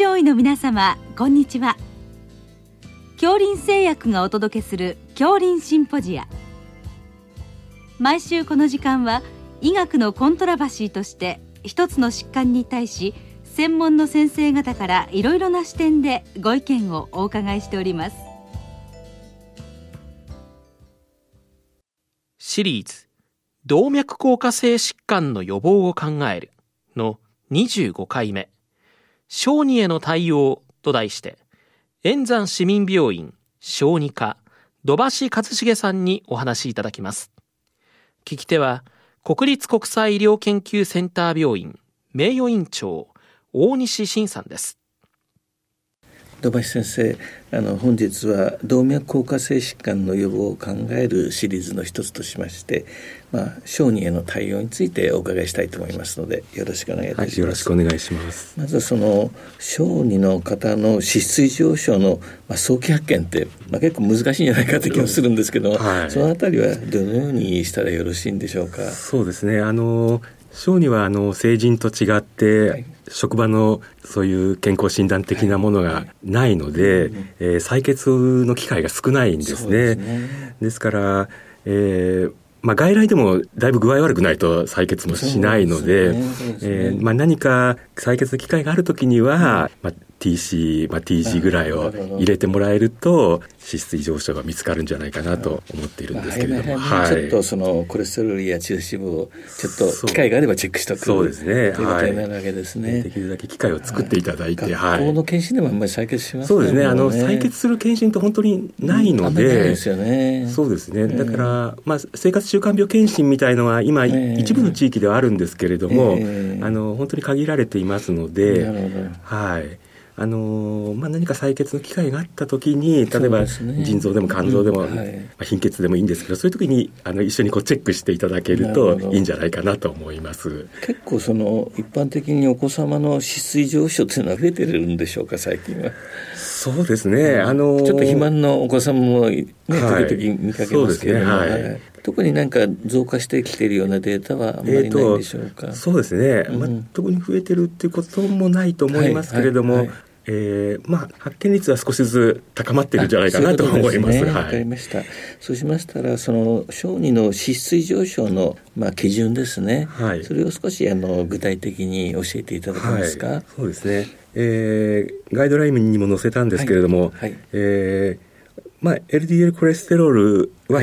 上位の皆様、こんにちは。杏林製薬がお届けする杏林シンポジア。毎週この時間は医学のコントラバシーとして一つの疾患に対し専門の先生方からいろいろな視点でご意見をお伺いしております。 シリーズ動脈硬化性疾患の予防を考えるの25回目、小児への対応と題して、円山市民病院小児科土橋一茂さんにお話しいただきます。聞き手は国立国際医療研究センター病院名誉院長大西晋さんです。 土橋先生、本日は動脈硬化性疾患の予防を考えるシリーズの一つとしまして、小児への対応についてお伺いしたいと思いますので、よろしくお願いいたします。 よろしくお願いします。 まずその小児の方の脂質異常症の、早期発見って、結構難しいんじゃないかという気がするんですけども、そのあたりはどのようにしたらよろしいんでしょうか。 そうですね、小児は成人と違って、職場のそういう健康診断的なものがないので、採血の機会が少ないんですね。ですから、外来でもだいぶ具合悪くないと採血もしないので、何か採血の機会があるときには、TC、TG ぐらいを入れてもらえると脂質異常症が見つかるんじゃないかなと思っているんですけれども、 ちょっとそのコレステロールや中脂肪をちょっと機会があればチェックしておく。 そうですね、 ということになるわけですね。 できるだけ機会を作っていただいて、 学校の検診でもあんまり採血しますね。 そうですね、採血する検診って本当にないので、 ないですよね。 そうですね、だから、生活習慣病検診みたいのは今、一部の地域ではあるんですけれども、本当に限られていますので、 なるほど。 何か採血の機会があったときに、例えば腎臓でも肝臓でも、貧血でもいいんですけど、そういうときに一緒にチェックしていただけるといいんじゃないかなと思います。 結構一般的にお子様の脂質異常症というのは増えてるんでしょうか、最近は。 そうですね、 ちょっと肥満のお子様も、時々見かけますけれども、特になんか増加してきているようなデータはあまりないんでしょうか。 そうですね、特に増えてるっていうこともないと思いますけれども、発見率は少しずつ高まっているんじゃないかなと思います。 わかりました。そうしましたら、その小児の脂質異常症の基準ですね、それを少し具体的に教えていただけますか。 そうですね、ガイドラインにも載せたんですけれども、LDL コレステロールは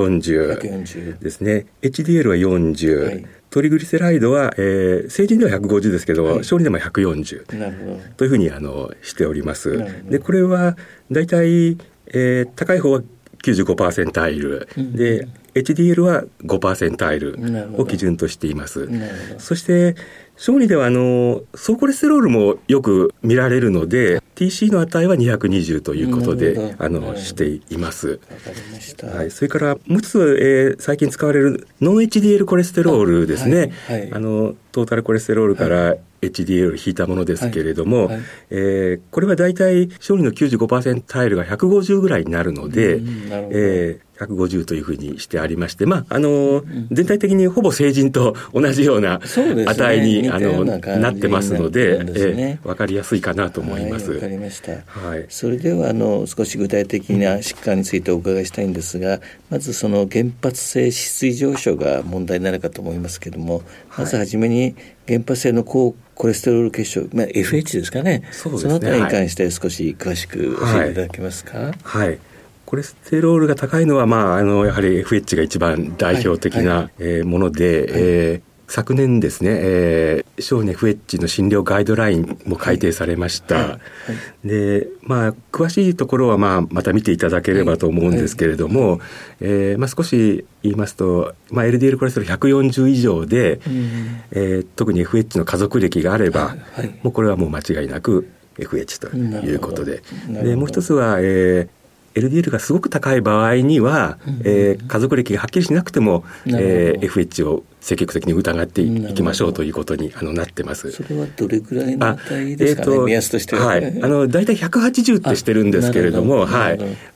140ですね、HDL は40、トリグリセライドは、成人では150ですけど、小児でも140というふうにしております。でこれはだいたい高い方は95%タイルで、HDL は5%タイルを基準としています。そして小児では総コレステロールもよく見られるので、 TC の値は220ということでしています。 わかりました。 それからもう一つ、最近使われるノン HDL コレステロールですね、トータルコレステロールから HDL を引いたものですけれども、これはだいたい小児の 95% タイルが150ぐらいになるので、150というふうにしてありまして、全体的にほぼ成人と同じような値に、なってますので、分かりやすいかなと思います。 わかりました。それでは少し具体的な疾患についてお伺いしたいんですが、まずその原発性脂質異常症が問題になるかと思いますけれども、まずはじめに原発性の高コレステロール血症、FH ですかね。そのあたりに関して少し詳しく教えていただけますか。 コレステロールが高いのは、やはり FH が一番代表的なもので、昨年ですね、小児 FH の診療ガイドラインも改定されました。で、詳しいところはまた見ていただければと思うんですけれども、少し言いますと、LDL コレステロール140以上で、特に FH の家族歴があれば、もうこれはもう間違いなく FH ということで、もう一つは、LDL がすごく高い場合には、家族歴がはっきりしなくても、FH を積極的に疑っていきましょうということになってます。 それはどれぐらいの値ですかね、目安としては。 はい、だいたい180ってしてるんですけれども、はい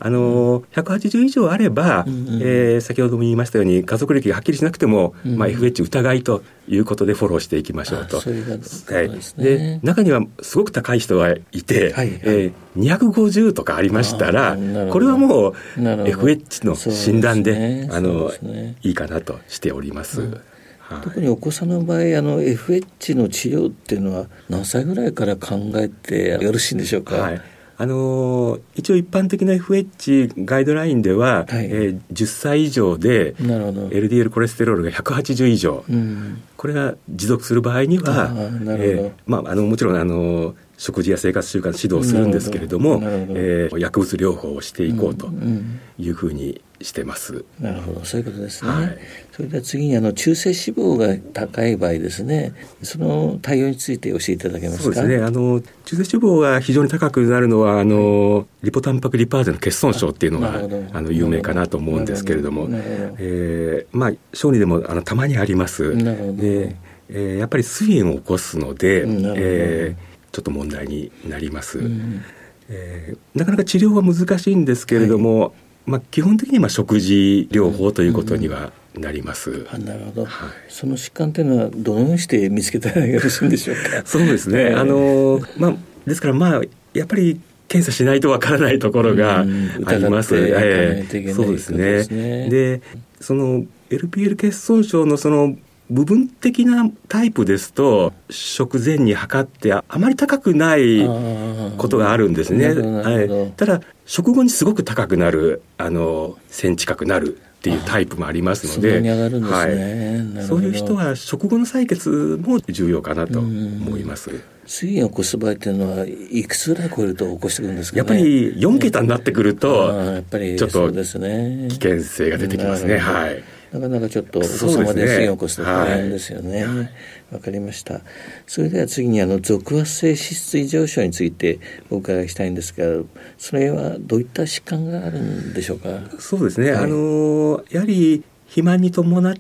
、180以上あれば、先ほども言いましたように家族歴がはっきりしなくても、FH 疑いということでフォローしていきましょうと。 それがですね。 で中にはすごく高い人がいて、250とかありましたら、これはもう FH の診断でいいかなとしております。 特にお子さんの場合FH の治療っていうのは何歳ぐらいから考えてよろしいんでしょうか。 はい、一応一般的な FH ガイドラインでは、10歳以上で LDL コレステロールが180以上、これが持続する場合にはもちろん食事や生活習慣指導するんですけれども、薬物療法をしていこうというふうにしてます。 なるほど、そういうことですね。それでは次に中性脂肪が高い場合ですね、その対応について教えていただけますか。 そうですね、中性脂肪が非常に高くなるのはリポタンパクリパーゼの欠損症っていうのが有名かなと思うんですけれども、小児でもたまにあります。で、やっぱり膵炎を起こすので、ちょっと問題になります。なかなか治療は難しいんですけれども、基本的に食事療法ということにはなります。 なるほど、その疾患というのはどのようにして見つけたらよろしいんでしょうか。 そうですね、ですからやっぱり検査しないとわからないところがあります。そうですね。でその LPL 欠損症のその部分的なタイプですと食前に測ってあまり高くないことがあるんですね。ただ食後にすごく高くなる1000近くなるっていうタイプもありますので、そういう人は食後の採血も重要かなと思います。 膵炎を起こす場合というのはいくつぐらい超えると起こしてくるんですかね。 やっぱり4桁になってくるとやっぱりちょっと危そうですね、 険性が出てきますね。 なかなかちょっとお子様で膵炎を起こすと大変ですよね。わかりました。それでは次に続圧性脂質異常症についてお伺いしたいんですが、それはどういった疾患があるんでしょうか。 そうですね、やはり肥満に伴って、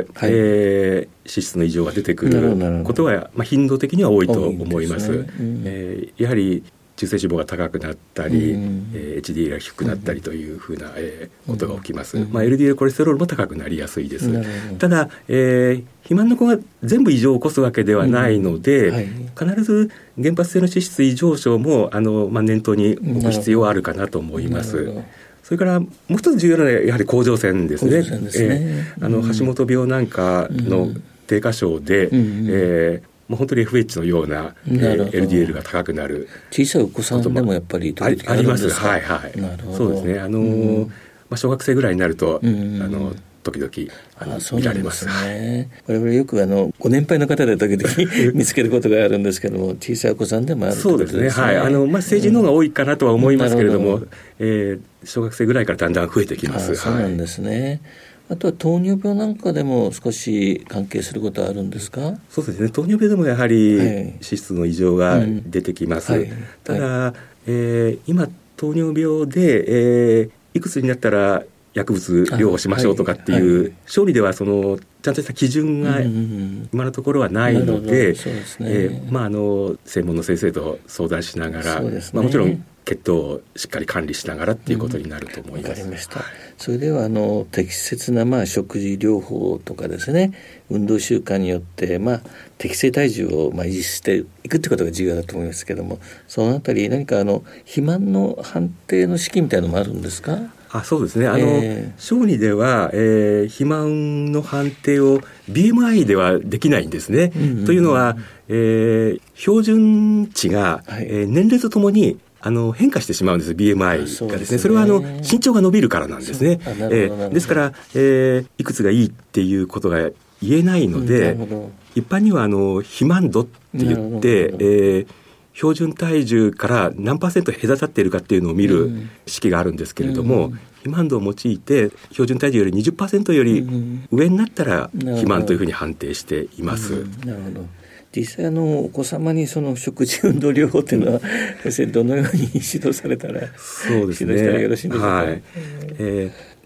脂質の異常が出てくることは、頻度的には多いと思います。やはり中性脂肪が高くなったり、HDL が低くなったりというふうな、ことが起きます。LDL コレステロールも高くなりやすいです。ただ、肥満の子が全部異常を起こすわけではないので、必ず原発性の脂質異常症も念頭に置く必要はあるかなと思います。それからもう一つ重要なのはやはり甲状腺ですね。橋本病なんかの低下症で、もう本当に FH のような、LDL が高くなる小さいお子さんでもやっぱりあります。そうですね。小学生ぐらいになると、時々見られます。 我々よくご年配の方で時々見つけることがあるんですけども、小さいお子さんでもあるということですね。 そうですね。成人の方が多いかなとは思いますけれども、小学生ぐらいからだんだん増えてきます。 そうなんですね。あとは糖尿病なんかでも少し関係することはあるんですか。 そうですね、糖尿病でもやはり脂質の異常が出てきます。ただ、今糖尿病で、いくつになったら薬物療法しましょうとかっていう小児ではちゃんとした基準が今のところはないので、専門の先生と相談しながら、もちろん血糖をしっかり管理しながらっていうことになると思います。 わかりました。それでは適切な食事療法とかですね、運動習慣によって適正体重を維持していくってことが重要だと思いますけども、そのあたり何か肥満の判定の式みたいなのもあるんですか。 そうですね。小児では、肥満の判定を BMI ではできないんですね。というのは、標準値が、年齢とともに変化してしまうんです。 BMI がですね。それは身長が伸びるからなんですね。ですから、いくつがいいっていうことが言えないので、一般には肥満度って言って、標準体重から何%隔たっているかっていうのを見る式があるんですけれども、肥満度を用いて標準体重より 20% より上になったら肥満というふうに判定しています。 なるほど。実際お子様にその食事運動療法っていうのは先生どのように指導されたら、 そうですね、 指導したらよろしいんでしょうか。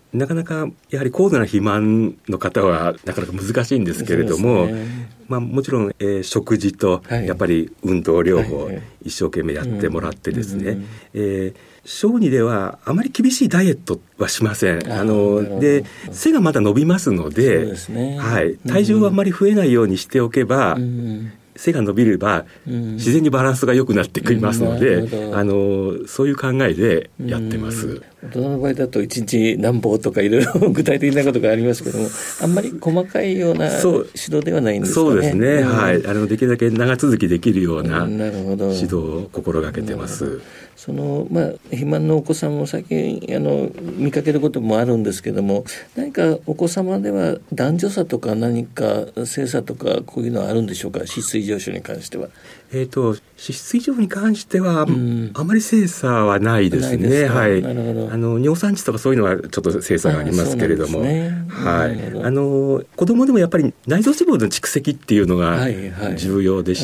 なかなかやはり高度な肥満の方はなかなか難しいんですけれども、もちろん、食事とやっぱり運動療法、一生懸命やってもらってですね、小児ではあまり厳しいダイエットはしません。で背がまだ伸びますので、体重はあまり増えないようにしておけば、背が伸びれば自然にバランスが良くなってくりますので、そういう考えでやってます。 大人の場合だと1日何歩とかいろいろ具体的なことがありますけども、あんまり細かいような指導ではないんですかね。 そうですね、できるだけ長続きできるような指導を心がけてます。 肥満のお子さんも最近見かけることもあるんですけども、何かお子様では男女差とか何か性差とかこういうのはあるんでしょうか、脂質異常症に関しては。 脂質異常に関しては、あまり性差はないですね。なるほど。尿酸値とかそういうのはちょっと性差がありますけれども、子供でもやっぱり内臓脂肪の蓄積っていうのが重要でして、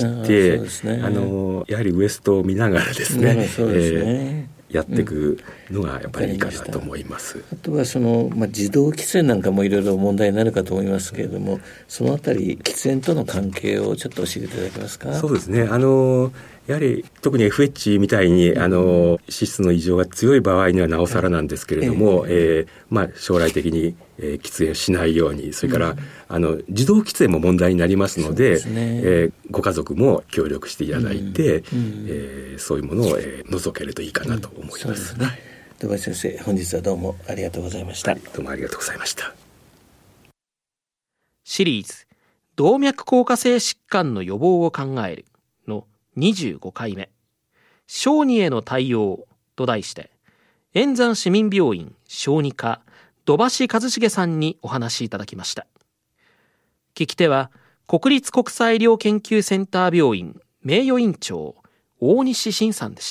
やはりウエストを見ながらですね、やっていくのがやっぱりいいかなと思います。 あとは自動喫煙なんかもいろいろ問題になるかと思いますけれども、そのあたり喫煙との関係をちょっと教えていただけますか。 そうですね、やはり特に FH みたいに脂質の異常が強い場合にはなおさらなんですけれども、将来的に喫煙しないように、それから、自動喫煙も問題になりますので、ご家族も協力していただいて、そういうものを、除けるといいかなと思います。 土橋先生、本日はどうもありがとうございました。 どうもありがとうございました。 シリーズ動脈硬化性疾患の予防を考えるの25回目、小児への対応と題して、円山市民病院小児科土橋一茂さんにお話しいただきました。聞き手は国立国際医療研究センター病院名誉院長大西晋さんでした。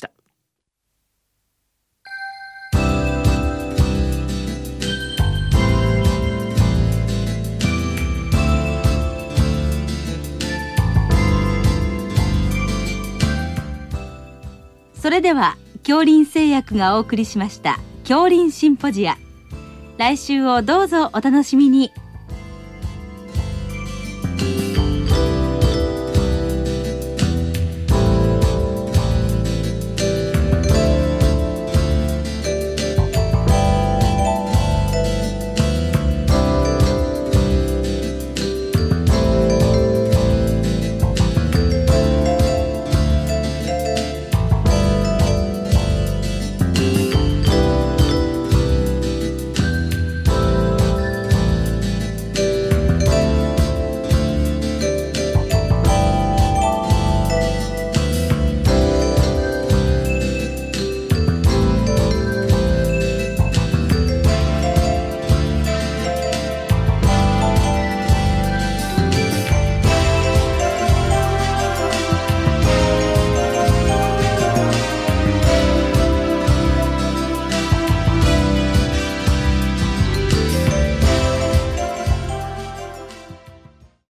それでは杏林製薬がお送りしました杏林シンポジア、来週をどうぞお楽しみに。